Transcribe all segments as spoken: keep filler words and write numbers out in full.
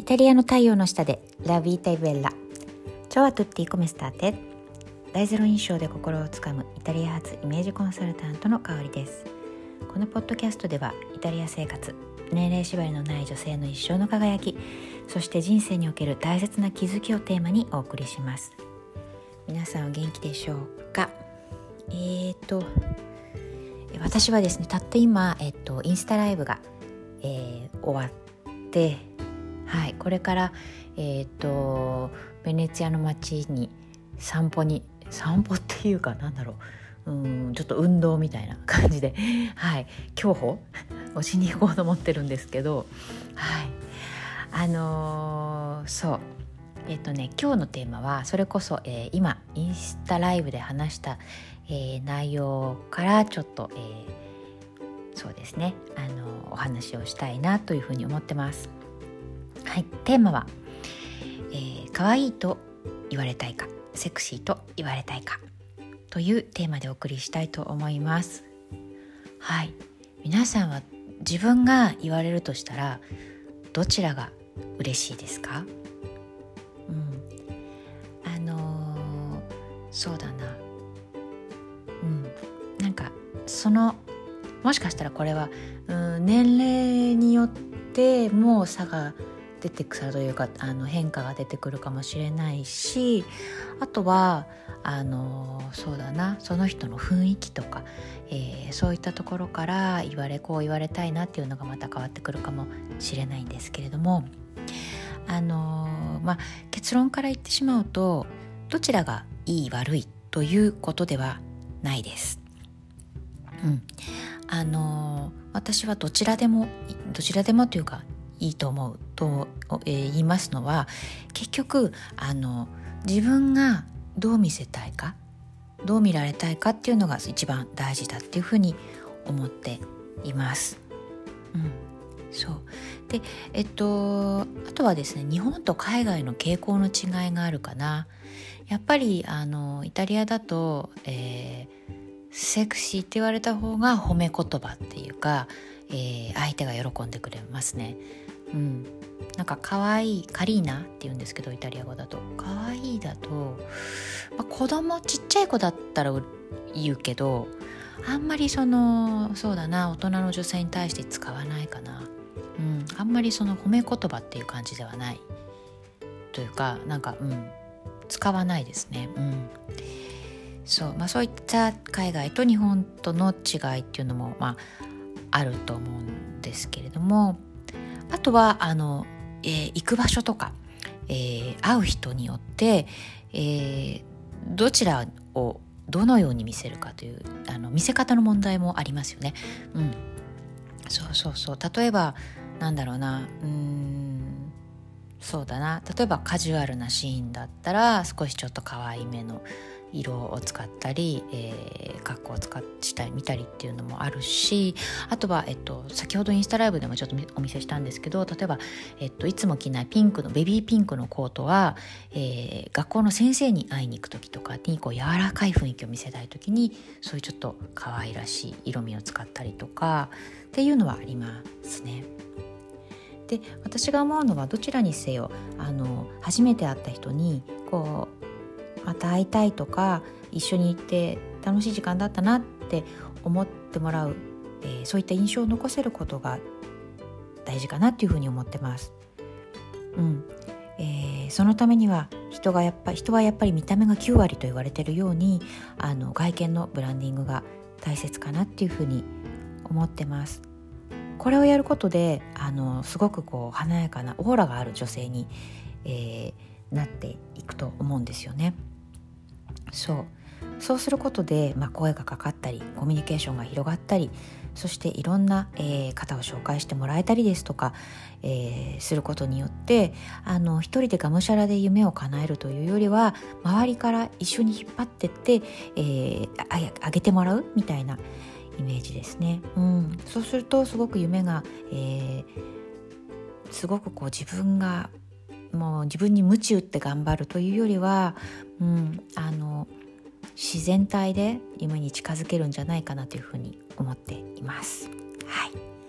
タリアの太陽の下でラビータイベッラ。Ciao a tutti, come state? 大ゼロ印象で心をつかむイタリア発イメージコンサルタントの香りです。このポッドキャストではイタリア生活、年齢縛りのない女性の一生の輝き、そして人生における大切な気づきをテーマにお送りします。皆さんお元気でしょうか？えーと私はですね、たった今、えっと、インスタライブが、えー、終わってはい、これから、えー、とベネツィアの街に散歩に散歩っていうかなんだろう、うんちょっと運動みたいな感じで、はい、競歩をしに行こうと思ってるんですけど、はい、あのー、そうえっ、ー、とね今日のテーマはそれこそ、えー、今インスタライブで話した、えー、内容からちょっと、えー、そうですね、あのー、お話をしたいなというふうに思ってます。はい、テーマは、えー、可愛いと言われたいか、セクシーと言われたいかというテーマでお送りしたいと思います。はい、皆さんは自分が言われるとしたらどちらが嬉しいですか？うん、あのー、そうだな、うん、なんかそのもしかしたらこれは、うん、年齢によっても差が出てくるというか、あの変化が出てくるかもしれないし、あとはあのそうだなその人の雰囲気とか、えー、そういったところから言われこう言われたいなっていうのがまた変わってくるかもしれないんですけれども、あのまあ結論から言ってしまうとどちらがいい悪いということではないです。うん、あの私はどちらでもどちらでもというかいいと思うと、えー、言いますのは、結局あの自分がどう見せたいか、どう見られたいかっていうのが一番大事だっていうふうに思っています。うん、そうで、えっとあとはですね、日本と海外の傾向の違いがあるかな。やっぱりあのイタリアだと、えー、セクシーって言われた方が褒め言葉っていうか、えー、相手が喜んでくれますね。うん、なんか可愛いカリーナって言うんですけど、イタリア語だと可愛いだと、まあ、子供ちっちゃい子だったら言うけど、あんまりそのそうだな大人の女性に対して使わないかな。うん、あんまりその褒め言葉っていう感じではないというか、なんかうん使わないですね。うん、そうまあそういった海外と日本との違いっていうのもまああると思うんですけれども、あとはあの、えー、行く場所とか、えー、会う人によって、えー、どちらをどのように見せるかというあの見せ方の問題もありますよね。うん、そうそうそう。例えばなんだろうな、うーんそうだな例えばカジュアルなシーンだったら少しちょっと可愛めの色を使ったり、えー、格好を使ったり見たりっていうのもあるし、あとは、えっと、先ほどインスタライブでもちょっとお見せしたんですけど、例えば、えっと、いつも着ないピンクのベビーピンクのコートは、えー、学校の先生に会いに行く時とかにこう柔らかい雰囲気を見せたい時にそういうちょっと可愛らしい色味を使ったりとかっていうのはありますね。で、私が思うのはどちらにせよあの初めて会った人にこうまた会いたいとか一緒に行って楽しい時間だったなって思ってもらう、えー、そういった印象を残せることが大事かなっていうふうに思ってます。うんえー、そのためには人がやっぱ人はやっぱり見た目がきゅうわりと言われているように、あの外見のブランディングが大切かなっていうふうに思ってます。これをやることであのすごくこう華やかなオーラがある女性に、えー、なっていくと思うんですよね。そうそうすることで、まあ、声がかかったりコミュニケーションが広がったり、そしていろんな、えー、方を紹介してもらえたりですとか、えー、することによってあの一人でがむしゃらで夢を叶えるというよりは周りから一緒に引っ張ってって、えー、あ, あげてもらうみたいなイメージですね。うん、そうするとすごく夢が、えー、すごくこう自分がもう自分に鞭打って頑張るというよりは、うん、あの自然体で夢に近づけるんじゃないかなというふうに思っています。はい。ま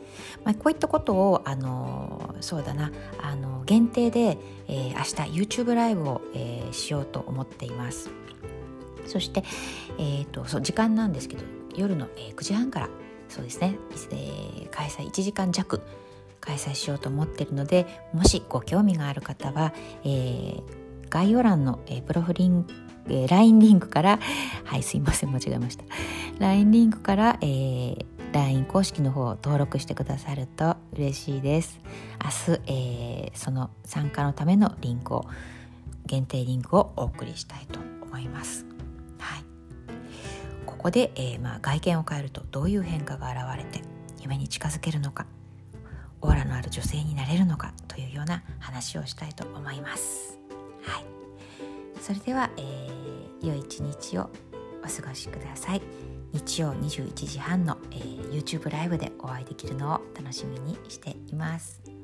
まあ、こういったことをあのそうだなあの限定で、えー、明日 YouTube ライブを、えー、しようと思っています。そして、えー、とそう時間なんですけど、夜の、えー、くじはんからそうですね、えー、開催いちじかんじゃく開催しようと思っているので、もしご興味がある方は、えー、概要欄の、えー、プロフリン、えー、ライン リンクからはいすいません間違えました ライン リンクから、えー、ライン 公式の方を登録してくださると嬉しいです。明日、えー、その参加のためのリンクを限定リンクをお送りしたいと思います。はい、ここで、えーまあ、外見を変えるとどういう変化が現れて夢に近づけるのか、オーラのある女性になれるのかというような話をしたいと思います。はい、それでは、えー、良い一日をお過ごしください。日曜にじゅういちじはんの、えー、YouTube ライブでお会いできるのを楽しみにしています。